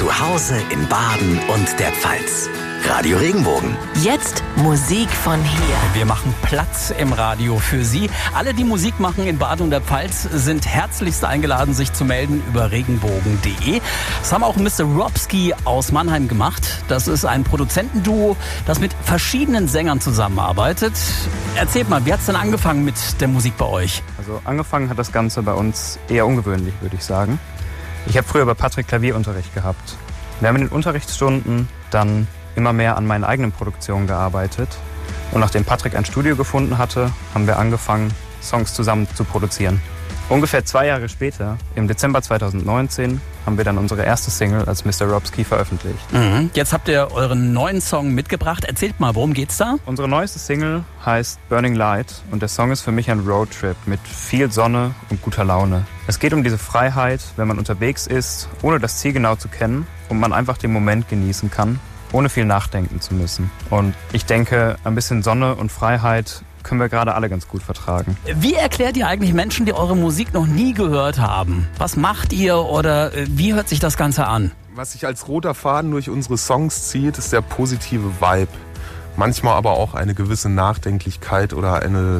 Zu Hause in Baden und der Pfalz. Radio Regenbogen. Jetzt Musik von hier. Wir machen Platz im Radio für Sie. Alle, die Musik machen in Baden und der Pfalz, sind herzlichst eingeladen, sich zu melden über regenbogen.de. Das haben auch Mr. Robski aus Mannheim gemacht. Das ist ein Produzentenduo, das mit verschiedenen Sängern zusammenarbeitet. Erzählt mal, wie hat es denn angefangen mit der Musik bei euch? Also angefangen hat das Ganze bei uns eher ungewöhnlich, würde ich sagen. Ich habe früher bei Patrick Klavierunterricht gehabt. Wir haben in den Unterrichtsstunden dann immer mehr an meinen eigenen Produktionen gearbeitet. Und nachdem Patrick ein Studio gefunden hatte, haben wir angefangen, Songs zusammen zu produzieren. Ungefähr 2 Jahre später, im Dezember 2019, haben wir dann unsere erste Single als Mr. Robski veröffentlicht. Jetzt habt ihr euren neuen Song mitgebracht. Erzählt mal, worum geht's da? Unsere neueste Single heißt Burning Light und der Song ist für mich ein Roadtrip mit viel Sonne und guter Laune. Es geht um diese Freiheit, wenn man unterwegs ist, ohne das Ziel genau zu kennen und man einfach den Moment genießen kann, ohne viel nachdenken zu müssen. Und ich denke, ein bisschen Sonne und Freiheit können wir gerade alle ganz gut vertragen. Wie erklärt ihr eigentlich Menschen, die eure Musik noch nie gehört haben? Was macht ihr oder wie hört sich das Ganze an? Was sich als roter Faden durch unsere Songs zieht, ist der positive Vibe. Manchmal aber auch eine gewisse Nachdenklichkeit oder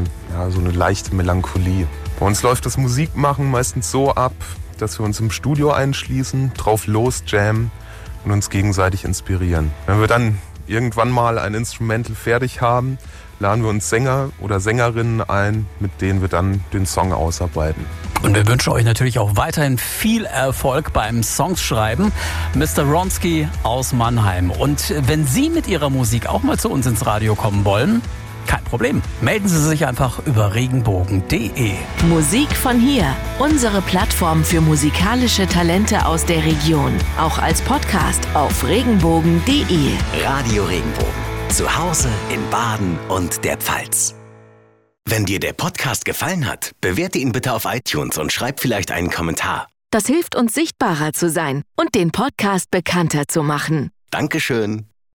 so eine leichte Melancholie. Bei uns läuft das Musikmachen meistens so ab, dass wir uns im Studio einschließen, drauf los jammen und uns gegenseitig inspirieren. Wenn wir dann irgendwann mal ein Instrumental fertig haben, laden wir uns Sänger oder Sängerinnen ein, mit denen wir dann den Song ausarbeiten. Und wir wünschen euch natürlich auch weiterhin viel Erfolg beim Songschreiben. Mr. Robski aus Mannheim. Und wenn Sie mit Ihrer Musik auch mal zu uns ins Radio kommen wollen, kein Problem. Melden Sie sich einfach über regenbogen.de. Musik von hier. Unsere Plattform für musikalische Talente aus der Region. Auch als Podcast auf regenbogen.de. Radio Regenbogen. Zu Hause in Baden und der Pfalz. Wenn dir der Podcast gefallen hat, bewerte ihn bitte auf iTunes und schreib vielleicht einen Kommentar. Das hilft uns, sichtbarer zu sein und den Podcast bekannter zu machen. Dankeschön.